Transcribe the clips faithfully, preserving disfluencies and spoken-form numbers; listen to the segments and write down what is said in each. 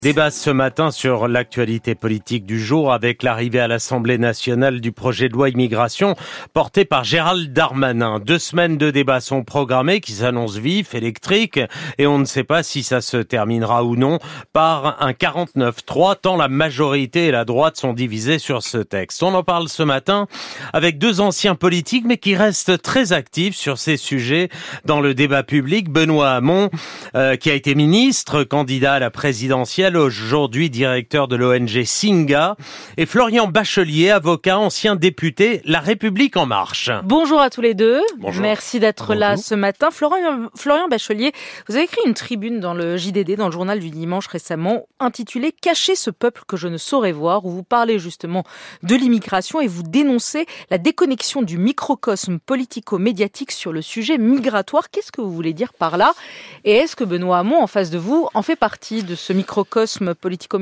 Débat ce matin sur l'actualité politique du jour avec l'arrivée à l'Assemblée nationale du projet de loi immigration porté par Gérald Darmanin. Deux semaines de débats sont programmées qui s'annoncent vifs, électriques et on ne sait pas si ça se terminera ou non par un quarante-neuf trois tant la majorité et la droite sont divisées sur ce texte. On en parle ce matin avec deux anciens politiques mais qui restent très actifs sur ces sujets dans le débat public. Benoît Hamon euh, qui a été ministre, candidat à la présidentielle, aujourd'hui directeur de l'O N G Singa, et Florian Bachelier, avocat, ancien député La République En Marche. Bonjour à tous les deux. Bonjour. Merci d'être Bonjour. là ce matin. Florian, Florian Bachelier, vous avez écrit une tribune dans le J D D, dans le journal du dimanche récemment, intitulée « Cacher ce peuple que je ne saurais voir », où vous parlez justement de l'immigration et vous dénoncez la déconnexion du microcosme politico-médiatique sur le sujet migratoire. Qu'est-ce que vous voulez dire par là ? Et est-ce que Benoît Hamon, en face de vous, en fait partie de ce microcosme politico-médiatique ?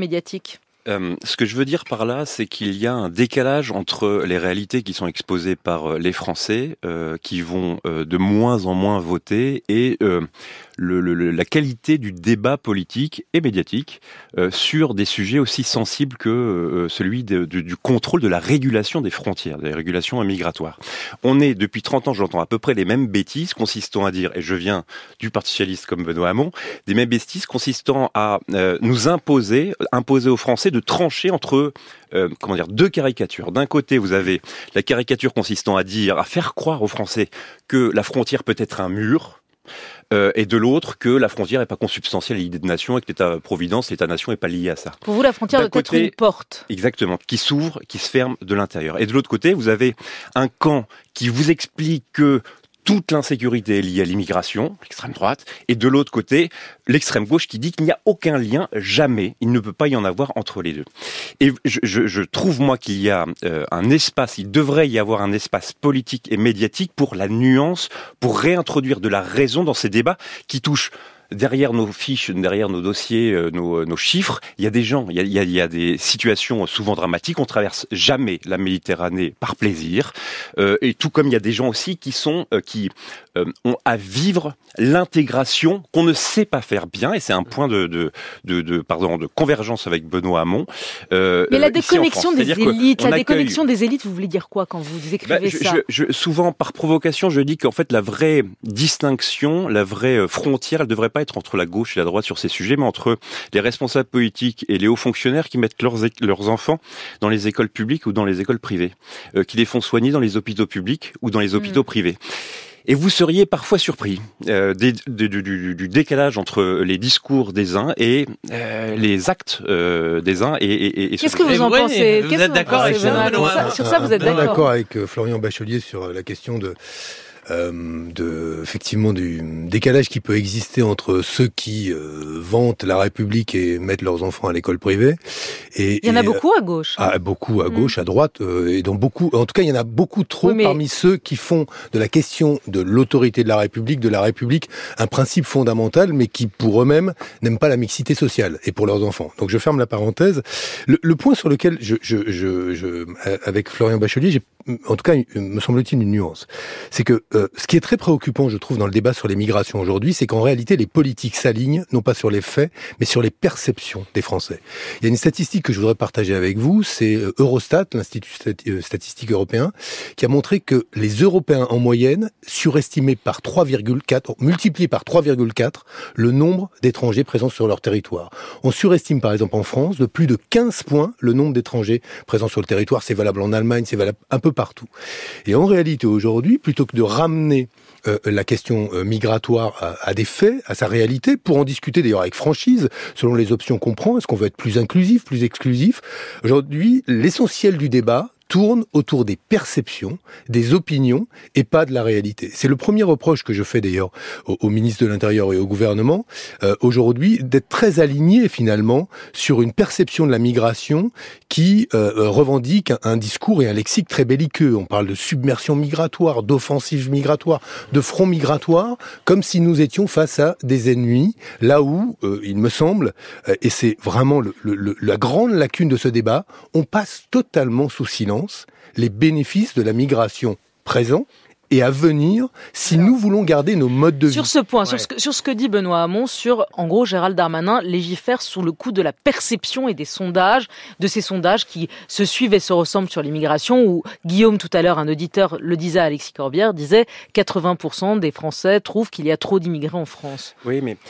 Euh, ce que je veux dire par là, c'est qu'il y a un décalage entre les réalités qui sont exposées par les Français, euh, qui vont euh, de moins en moins voter, et euh, le, le, la qualité du débat politique et médiatique euh, sur des sujets aussi sensibles que euh, celui de, de, du contrôle de la régulation des frontières, des régulations migratoires. On est, depuis trente ans, j'entends à peu près les mêmes bêtises consistant à dire, et je viens du Parti socialiste comme Benoît Hamon, des mêmes bêtises consistant à euh, nous imposer, imposer aux Français de trancher entre euh, comment dire deux caricatures. D'un côté, vous avez la caricature consistant à dire, à faire croire aux Français que la frontière peut être un mur, euh, et de l'autre que la frontière n'est pas consubstantielle à l'idée de nation et que l'État-providence, l'État-nation n'est pas lié à ça. Pour vous, la frontière doit être une porte. Exactement, qui s'ouvre, qui se ferme de l'intérieur. Et de l'autre côté, vous avez un camp qui vous explique que toute l'insécurité est liée à l'immigration, l'extrême droite, et de l'autre côté, l'extrême gauche qui dit qu'il n'y a aucun lien, jamais, il ne peut pas y en avoir entre les deux. Et je, je, je trouve, moi, qu'il y a euh, un espace, il devrait y avoir un espace politique et médiatique pour la nuance, pour réintroduire de la raison dans ces débats qui touchent derrière nos fiches, derrière nos dossiers, euh, nos, nos chiffres, il y a des gens, il y a, il y a, il y a des situations souvent dramatiques. On traverse jamais la Méditerranée par plaisir, euh, et tout comme il y a des gens aussi qui sont, euh, qui euh, ont à vivre l'intégration qu'on ne sait pas faire bien, et c'est un point de, de, de, de pardon, de convergence avec Benoît Hamon. Euh, Mais la déconnexion des élites, la accueille... déconnexion des élites, vous voulez dire quoi quand vous écrivez bah, je, ça je, je, Souvent, par provocation, je dis qu'en fait, la vraie distinction, la vraie frontière, elle devrait pas être entre la gauche et la droite sur ces sujets, mais entre les responsables politiques et les hauts fonctionnaires qui mettent leurs, leurs enfants dans les écoles publiques ou dans les écoles privées, euh, qui les font soigner dans les hôpitaux publics ou dans les hôpitaux mmh. privés. Et vous seriez parfois surpris euh, des, du, du, du décalage entre les discours des uns et euh, les actes euh, des uns. Et, et, et Qu'est-ce que vous en oui, pensez Vous êtes d'accord avec ça, sur ça, sur ça, vous êtes d'accord. d'accord d'accord avec euh, Florian Bachelier sur la question de Euh, de effectivement du décalage qui peut exister entre ceux qui euh, vantent la République et mettent leurs enfants à l'école privée. Et, il y en et, a beaucoup à gauche. Hein. À, beaucoup à gauche, mmh. à droite, euh, et dans beaucoup. En tout cas, il y en a beaucoup trop oui, mais... parmi ceux qui font de la question de l'autorité de la République, de la République, un principe fondamental, mais qui pour eux-mêmes n'aiment pas la mixité sociale et pour leurs enfants. Donc je ferme la parenthèse. Le, le point sur lequel je, je, je, je, avec Florian Bachelier, j'ai en tout cas, me semble-t-il, une nuance. C'est que euh, ce qui est très préoccupant, je trouve, dans le débat sur les migrations aujourd'hui, c'est qu'en réalité, les politiques s'alignent, non pas sur les faits, mais sur les perceptions des Français. Il y a une statistique que je voudrais partager avec vous, c'est Eurostat, l'Institut statistique européen, qui a montré que les Européens, en moyenne, surestimaient par trois virgule quatre, multipliés par trois virgule quatre, le nombre d'étrangers présents sur leur territoire. On surestime, par exemple, en France, de plus de quinze points, le nombre d'étrangers présents sur le territoire. C'est valable en Allemagne, c'est valable un peu partout. Et en réalité, aujourd'hui, plutôt que de ramener euh, la question euh, migratoire à, à des faits, à sa réalité, pour en discuter d'ailleurs avec franchise, selon les options qu'on prend, est-ce qu'on veut être plus inclusif, plus exclusif ? Aujourd'hui, l'essentiel du débat tourne autour des perceptions, des opinions et pas de la réalité. C'est le premier reproche que je fais d'ailleurs au, au ministre de l'Intérieur et au gouvernement euh, aujourd'hui, d'être très aligné finalement sur une perception de la migration qui euh, revendique un, un discours et un lexique très belliqueux. On parle de submersion migratoire, d'offensive migratoire, de front migratoire, comme si nous étions face à des ennemis, là où, euh, il me semble, euh, et c'est vraiment le, le, la grande lacune de ce débat, on passe totalement sous silence les bénéfices de la migration présent et à venir si nous voulons garder nos modes de vie. Sur ce point, ouais. sur, ce que, sur ce que dit Benoît Hamon, sur, en gros, Gérald Darmanin légifère sous le coup de la perception et des sondages, de ces sondages qui se suivent et se ressemblent sur l'immigration, où Guillaume, tout à l'heure, un auditeur le disait à Alexis Corbière, disait quatre-vingts pour cent des Français trouvent qu'il y a trop d'immigrés en France. Oui, mais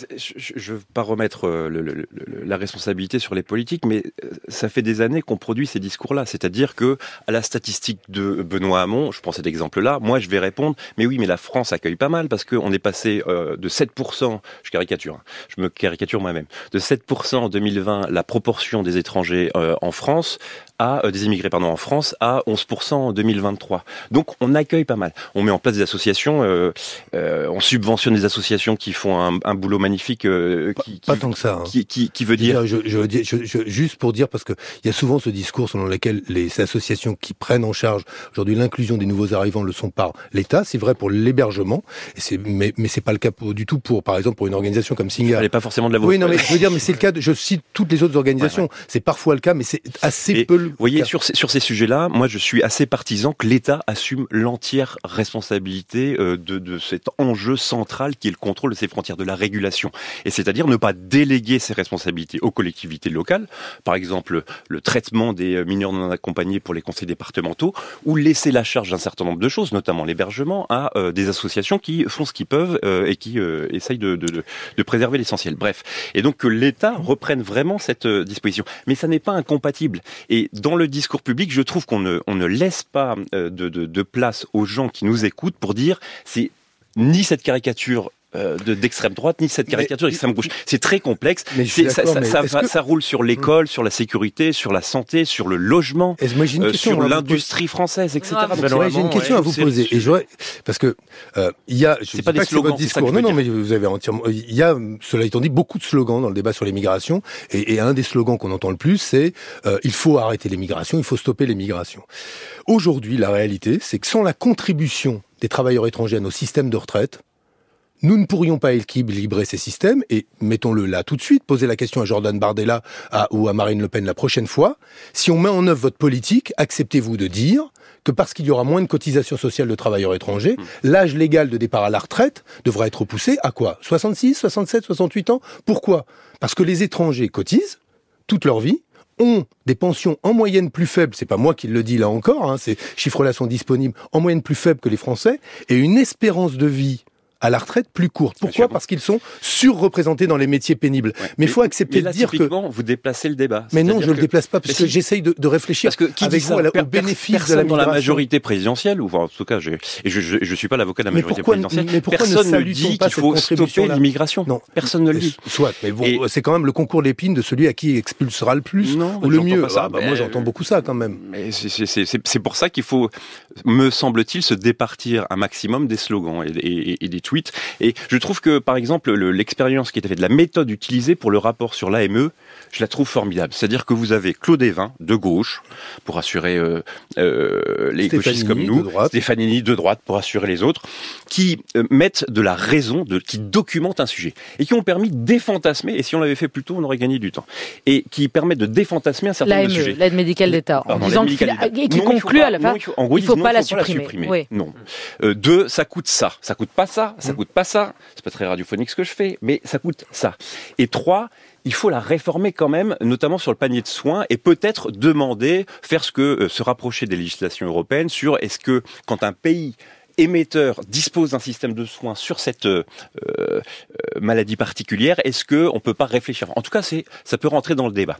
je ne veux pas remettre le, le, le, la responsabilité sur les politiques, mais ça fait des années qu'on produit ces discours-là. C'est-à-dire que, à la statistique de Benoît Hamon, je prends cet exemple-là, moi je vais répondre, mais oui, mais la France accueille pas mal, parce qu'on est passé euh, de sept pour cent, je caricature, hein, je me caricature moi-même, de sept pour cent en deux mille vingt, la proportion des étrangers euh, en France, à euh, des immigrés pardon en France, à onze pour cent en deux mille vingt-trois. Donc on accueille pas mal. On met en place des associations, euh, euh, on subventionne des associations qui font un, un boulot magnifique. Euh, qui, pas, qui, pas tant que ça. Hein. Qui, qui, qui veut dire. Je, je, je, je, je, juste pour dire, parce que il y a souvent ce discours selon lequel les associations qui prennent en charge aujourd'hui l'inclusion des nouveaux arrivants le sont par l'État. C'est vrai pour l'hébergement, et c'est, mais, mais c'est pas le cas pour, du tout pour, par exemple, pour une organisation comme Singa. Elle n'est pas forcément de la vôtre. Oui, non, mais je veux dire, mais c'est le cas. De, je cite toutes les autres organisations. Ouais, ouais. C'est parfois le cas, mais c'est assez et peu le. Vous voyez, cas. sur ces, sur ces sujets-là, moi, je suis assez partisan que l'État assume l'entière responsabilité euh, de, de cet enjeu central qui est le contrôle de ses frontières, de la régulation. Et c'est-à-dire ne pas déléguer ses responsabilités aux collectivités locales, par exemple le traitement des mineurs non accompagnés pour les conseils départementaux, ou laisser la charge d'un certain nombre de choses, notamment l'hébergement, à euh, des associations qui font ce qu'ils peuvent euh, et qui euh, essayent de, de, de, de préserver l'essentiel. Bref, et donc que l'État reprenne vraiment cette euh, disposition. Mais ça n'est pas incompatible. Et dans le discours public, je trouve qu'on ne, on ne laisse pas euh, de, de, de place aux gens qui nous écoutent pour dire c'est ni cette caricature De, d'extrême droite, ni cette caricature d'extrême gauche. C'est très complexe. Mais c'est, ça, ça, ça, que... ça roule sur l'école, sur la sécurité, sur la santé, sur le logement, euh, sur l'industrie française, et cetera. Ah, Donc, j'ai une question ouais, à vous poser. Et je vois, parce que euh, il y a, je c'est pas des pas slogans, que c'est votre discours. Non, non, mais vous avez entièrement. Il y a, cela étant dit, beaucoup de slogans dans le débat sur l'immigration. Et, et un des slogans qu'on entend le plus, c'est euh, il faut arrêter l'immigration, il faut stopper l'immigration. Aujourd'hui, la réalité, c'est que sans la contribution des travailleurs étrangers à nos systèmes de retraite, nous ne pourrions pas équilibrer ces systèmes, et mettons-le là tout de suite, posez la question à Jordan Bardella à, ou à Marine Le Pen la prochaine fois, si on met en œuvre votre politique, acceptez-vous de dire que parce qu'il y aura moins de cotisations sociales de travailleurs étrangers, mmh. l'âge légal de départ à la retraite devra être repoussé à quoi ? soixante-six, soixante-sept, soixante-huit ans ? Pourquoi ? Parce que les étrangers cotisent toute leur vie, ont des pensions en moyenne plus faibles, c'est pas moi qui le dis là encore, hein, ces chiffres-là sont disponibles, en moyenne plus faibles que les Français, et une espérance de vie à la retraite plus courte. Pourquoi ? Parce qu'ils sont surreprésentés dans les métiers pénibles. Ouais, mais il faut accepter mais là, de dire que... vous déplacez le débat. Mais non, je ne que... le déplace pas, parce que si... j'essaye de, de réfléchir parce que qui avec dit vous ça, à la, per, au bénéfice personne de la migration. Dans la majorité présidentielle, ou en tout cas, je, et je ne suis pas l'avocat de la majorité pourquoi, présidentielle, mais pourquoi personne ne, ne dit qu'il faut stopper l'immigration. Non, personne ne le dit. Soit, mais bon, et... c'est quand même le concours d'épines de celui à qui expulsera le plus non, ou le mieux. Pas ça, ah, bah, moi, j'entends beaucoup ça quand même. Mais c'est pour ça qu'il faut, me semble-t-il, se départir un maximum des slogans et, et, et des tweets. Et je trouve que, par exemple, exemple, le, l'expérience qui a été faite, la méthode utilisée pour le rapport sur l'A M E, je la trouve formidable. C'est-à-dire que vous avez Claude Évin, de gauche, pour assurer euh, euh, les Stéphanie gauchistes comme nous, de droite. Stéphanie de droite, pour assurer les autres, qui euh, mettent de la raison, de, qui documentent un sujet, et qui ont permis de défantasmer, et si on l'avait fait plus tôt, on aurait gagné du temps, et qui permettent de défantasmer un certain nombre de sujets. L'aide médicale d'État, en Pardon, disant qu'il et qui conclut à la fin, il ne faut, faut pas la supprimer. La supprimer. Oui. Non. Euh, deux, ça coûte ça. Ça coûte pas ça, ça mmh. coûte pas ça. C'est pas très radiophonique ce que je fais, mais ça coûte ça. Et trois, il faut la réformer quand même, notamment sur le panier de soins, et peut-être demander, faire ce que, euh, se rapprocher des législations européennes sur est-ce que, quand un pays émetteur dispose d'un système de soins sur cette euh, euh, maladie particulière, est-ce que on peut pas réfléchir ? En tout cas, c'est, ça peut rentrer dans le débat.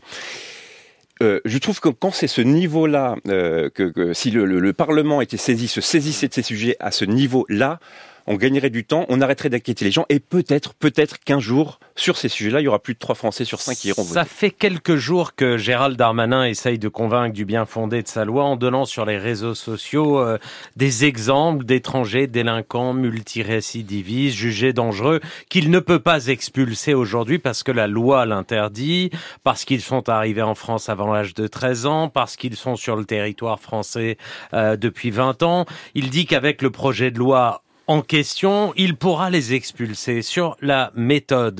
Euh, je trouve que quand c'est ce niveau-là, euh, que, que si le, le, le Parlement était saisi, se saisissait de ces sujets à ce niveau-là, on gagnerait du temps, on arrêterait d'inquiéter les gens, et peut-être, peut-être qu'un jour, sur ces sujets-là, il y aura plus de trois Français sur cinq qui iront voter. Ça fait quelques jours que Gérald Darmanin essaye de convaincre du bien fondé de sa loi en donnant sur les réseaux sociaux euh, des exemples d'étrangers délinquants multirécidivistes, jugés dangereux, qu'il ne peut pas expulser aujourd'hui parce que la loi l'interdit, parce qu'ils sont arrivés en France avant l'âge de treize ans, parce qu'ils sont sur le territoire français euh, depuis vingt ans. Il dit qu'avec le projet de loi en question, il pourra les expulser. Sur la méthode,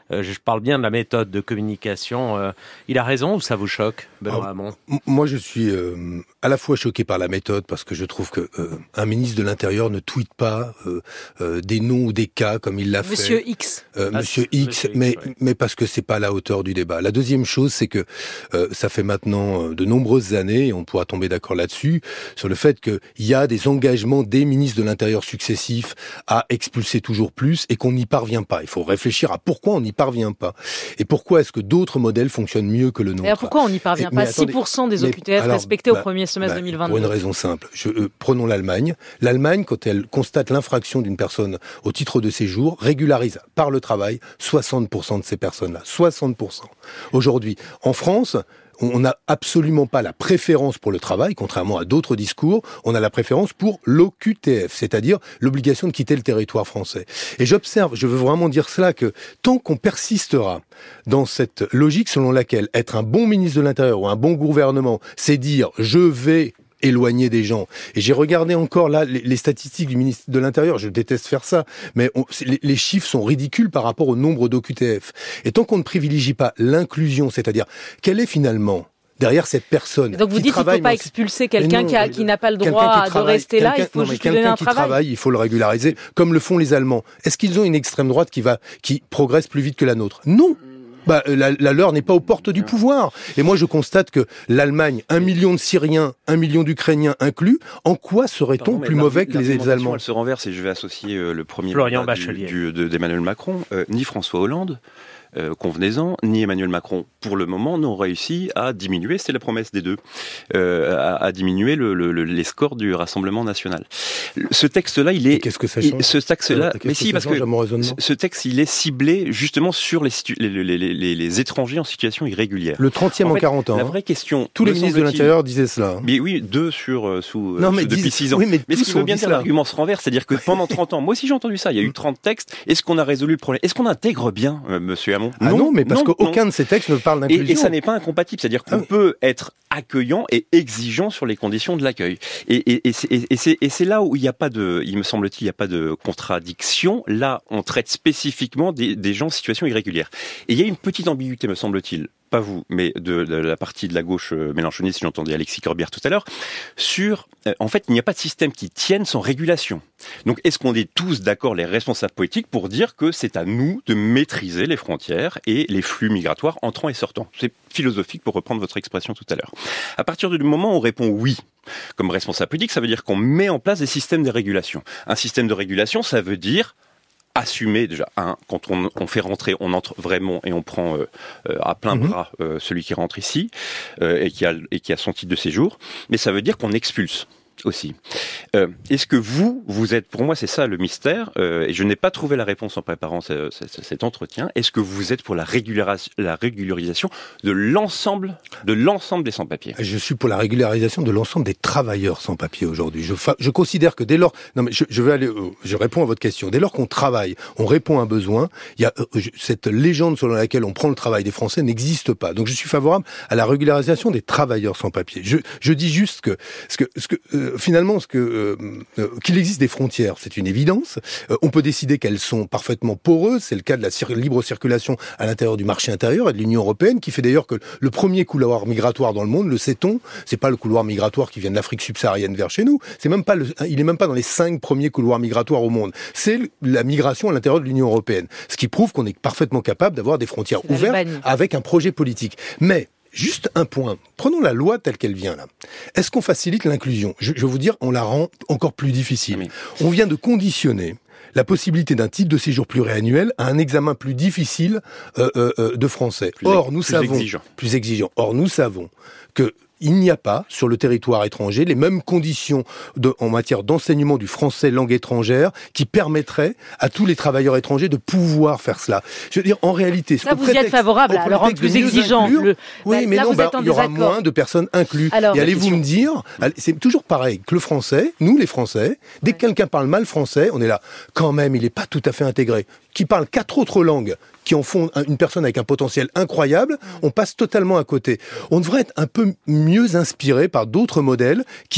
Euh, je parle bien de la méthode de communication. Euh, il a raison ou ça vous choque, Benoît Hamon ? Moi, je suis euh, à la fois choqué par la méthode parce que je trouve que euh, un ministre de l'Intérieur ne tweete pas euh, euh, des noms ou des cas comme il l'a fait. Monsieur X. Euh, ah, Monsieur X, Monsieur mais X, oui. mais parce que c'est pas à la hauteur du débat. La deuxième chose, c'est que euh, ça fait maintenant de nombreuses années, et on pourra tomber d'accord là-dessus, sur le fait qu'il y a des engagements des ministres de l'Intérieur successifs à expulser toujours plus et qu'on n'y parvient pas. Il faut réfléchir à pourquoi on n'y parvient pas et pourquoi est-ce que d'autres modèles fonctionnent mieux que le nôtre. Et alors pourquoi on n'y parvient et, pas attendez, six pour cent des O Q T F mais, respectés alors, au premier semestre bah, deux mille vingt-deux. Pour une raison simple. Je, euh, prenons l'Allemagne. L'Allemagne, quand elle constate l'infraction d'une personne au titre de séjour, régularise par le travail soixante pour cent de ces personnes-là. soixante pour cent. Aujourd'hui, en France, on n'a absolument pas la préférence pour le travail, contrairement à d'autres discours, on a la préférence pour l'O Q T F, c'est-à-dire l'obligation de quitter le territoire français. Et j'observe, je veux vraiment dire cela, que tant qu'on persistera dans cette logique selon laquelle être un bon ministre de l'Intérieur ou un bon gouvernement, c'est dire « je vais » éloigner des gens. Et j'ai regardé encore là les, les statistiques du ministre de l'Intérieur, je déteste faire ça, mais on, les, les chiffres sont ridicules par rapport au nombre d'O Q T F. Et tant qu'on ne privilégie pas l'inclusion, c'est-à-dire quelle est finalement derrière cette personne donc vous qui dites qu'il ne faut pas expulser quelqu'un non, qui, a, qui n'a pas le droit de travaille, rester là, il faut non, juste lui donner un qui travail. Travaille, il faut le régulariser, comme le font les Allemands. Est-ce qu'ils ont une extrême droite qui va, qui progresse plus vite que la nôtre ? Non. Bah, la, la leur n'est pas aux portes du pouvoir. Et moi, je constate que l'Allemagne, un million de Syriens, un million d'Ukrainiens inclus, en quoi serait-on Pardon, plus mauvais que les Allemands ? Elle se renverse et je vais associer euh, le premier Florian mandat du, du, de, d'Emmanuel Macron, euh, ni François Hollande, euh, convenez-en, ni Emmanuel Macron, pour le moment, n'ont réussi à diminuer, c'est la promesse des deux, euh, à, à diminuer le, le, le, les scores du Rassemblement national. Ce texte-là, il est... Et qu'est-ce que ça change ? Ce texte-là, mais si, parce que ce texte, il est ciblé justement sur les, situ- les, les, les, les, les étrangers en situation irrégulière. Le trentième en, fait, en quarante ans. La vraie question... Tous les ministres de l'Intérieur disaient cela. Mais oui, deux sur, euh, sous, non, mais depuis disent, six ans. Oui, mais mais ce qui veut bien dire l'argument se renverse, c'est-à-dire que pendant trente ans, moi aussi j'ai entendu ça, il y a eu trente textes, est-ce qu'on a résolu le problème ? Est-ce qu'on intègre bien, euh, monsieur Hamon ? Ah non, non, mais parce non, qu'aucun non. de ces textes ne parle d'inclusion. Et, et ça n'est pas incompatible, c'est-à-dire qu'on ah oui. peut être accueillant et exigeant sur les conditions de l'accueil. Et, et, et, c'est, et, c'est, et c'est là où il n'y a pas de, il me semble-t-il, il n'y a pas de contradiction. Là, on traite spécifiquement des, des gens en situation irrégulière. Et il y a une petite ambiguïté, me semble-t-il, pas vous, mais de, de la partie de la gauche euh, mélenchoniste, si j'entendais Alexis Corbière tout à l'heure, sur, euh, en fait, il n'y a pas de système qui tienne sans régulation. Donc, est-ce qu'on est tous d'accord, les responsables politiques, pour dire que c'est à nous de maîtriser les frontières et les flux migratoires entrant et sortant ? C'est philosophique, pour reprendre votre expression tout à l'heure. À partir du moment où on répond oui, comme responsable politique, ça veut dire qu'on met en place des systèmes de régulation. Un système de régulation, ça veut dire assumer déjà, un, quand on, on fait rentrer, on entre vraiment et on prend euh, euh, à plein mmh. bras euh, celui qui rentre ici euh, et, qui a, et qui a son titre de séjour, mais ça veut dire qu'on expulse aussi. Euh, est-ce que vous, vous êtes, pour moi c'est ça le mystère, euh, et je n'ai pas trouvé la réponse en préparant ce, ce, cet entretien, est-ce que vous êtes pour la, régularis- la régularisation de l'ensemble, de l'ensemble des sans-papiers ? Je suis pour la régularisation de l'ensemble des travailleurs sans-papiers aujourd'hui. Je, fa- je considère que dès lors, non mais je, je vais aller, je réponds à votre question. Dès lors qu'on travaille, on répond à un besoin. Il y a euh, cette légende selon laquelle on prend le travail des Français n'existe pas. Donc je suis favorable à la régularisation des travailleurs sans-papiers. Je, je dis juste que ce que, ce que euh, finalement, ce que, euh, euh, qu'il existe des frontières, c'est une évidence. Euh, on peut décider qu'elles sont parfaitement poreuses. C'est le cas de la cir- libre circulation à l'intérieur du marché intérieur et de l'Union européenne, qui fait d'ailleurs que le premier couloir migratoire dans le monde, le sait-on, c'est pas le couloir migratoire qui vient de l'Afrique subsaharienne vers chez nous. C'est même pas le, il est même pas dans les cinq premiers couloirs migratoires au monde. C'est la migration à l'intérieur de l'Union européenne. Ce qui prouve qu'on est parfaitement capable d'avoir des frontières c'est ouvertes l'Albanie. Avec un projet politique. Mais juste un point. Prenons la loi telle qu'elle vient là. Est-ce qu'on facilite l'inclusion ? je, je vais vous dire, on la rend encore plus difficile. Oui. On vient de conditionner la possibilité d'un titre de séjour pluriannuel à un examen plus difficile euh, euh, de français. Plus Or, nous plus savons exigeant. plus exigeant. Or, nous savons que il n'y a pas, sur le territoire étranger, les mêmes conditions de, en matière d'enseignement du français langue étrangère qui permettraient à tous les travailleurs étrangers de pouvoir faire cela. Je veux dire, en réalité... Ça, vous prétexte, y êtes favorable, à le rendre plus exigeant. Inclure, le... Oui, mais là, non, bah, il y aura moins de personnes incluses. Alors, et allez-vous me dire, c'est toujours pareil, que le français, nous les Français, dès ouais. que quelqu'un parle mal français, on est là, quand même, il n'est pas tout à fait intégré. Qui parle quatre autres langues, qui en font une personne avec un potentiel incroyable, on passe totalement à côté. On devrait être un peu mieux inspiré par d'autres modèles qui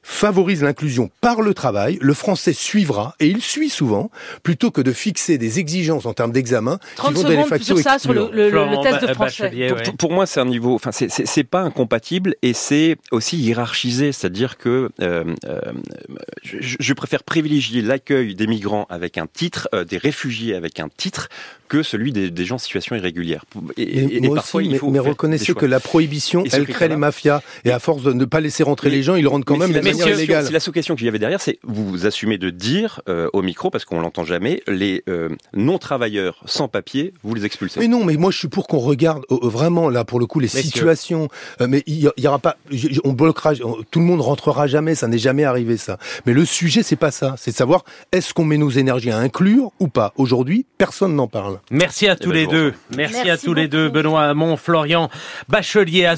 favorise l'inclusion par le travail, le français suivra, et il suit souvent, plutôt que de fixer des exigences en termes d'examen qui vont de facto sur ça, sur le, le, le test de français. Bachelier, pour, ouais. pour, pour moi, c'est un niveau, enfin, c'est, c'est, c'est pas incompatible et c'est aussi hiérarchisé, c'est-à-dire que euh, euh, je, je préfère privilégier l'accueil des migrants avec un titre, euh, des réfugiés avec un titre, que celui des, des gens en situation irrégulière. Et, et, et parfois, aussi, il faut mais, mais reconnaissez que la prohibition, elle crée les mafias, et à force de ne pas laisser rentrer mais, les gens, ils le rendent quand même de manière illégale. C'est la sous-question qu'il y avait derrière, c'est vous assumez de dire euh, au micro, parce qu'on l'entend jamais, les euh, non-travailleurs sans papier, vous les expulsez. Mais non, mais moi je suis pour qu'on regarde euh, vraiment là pour le coup les Messieurs. situations. Euh, mais il y, y aura pas, on bloquera, tout le monde rentrera jamais, ça n'est jamais arrivé ça. Mais le sujet c'est pas ça, c'est de savoir est-ce qu'on met nos énergies à inclure ou pas. Aujourd'hui, personne n'en parle. Merci à tous les deux. Merci, Merci à tous les deux, Benoît Hamon, Florian Bachelier.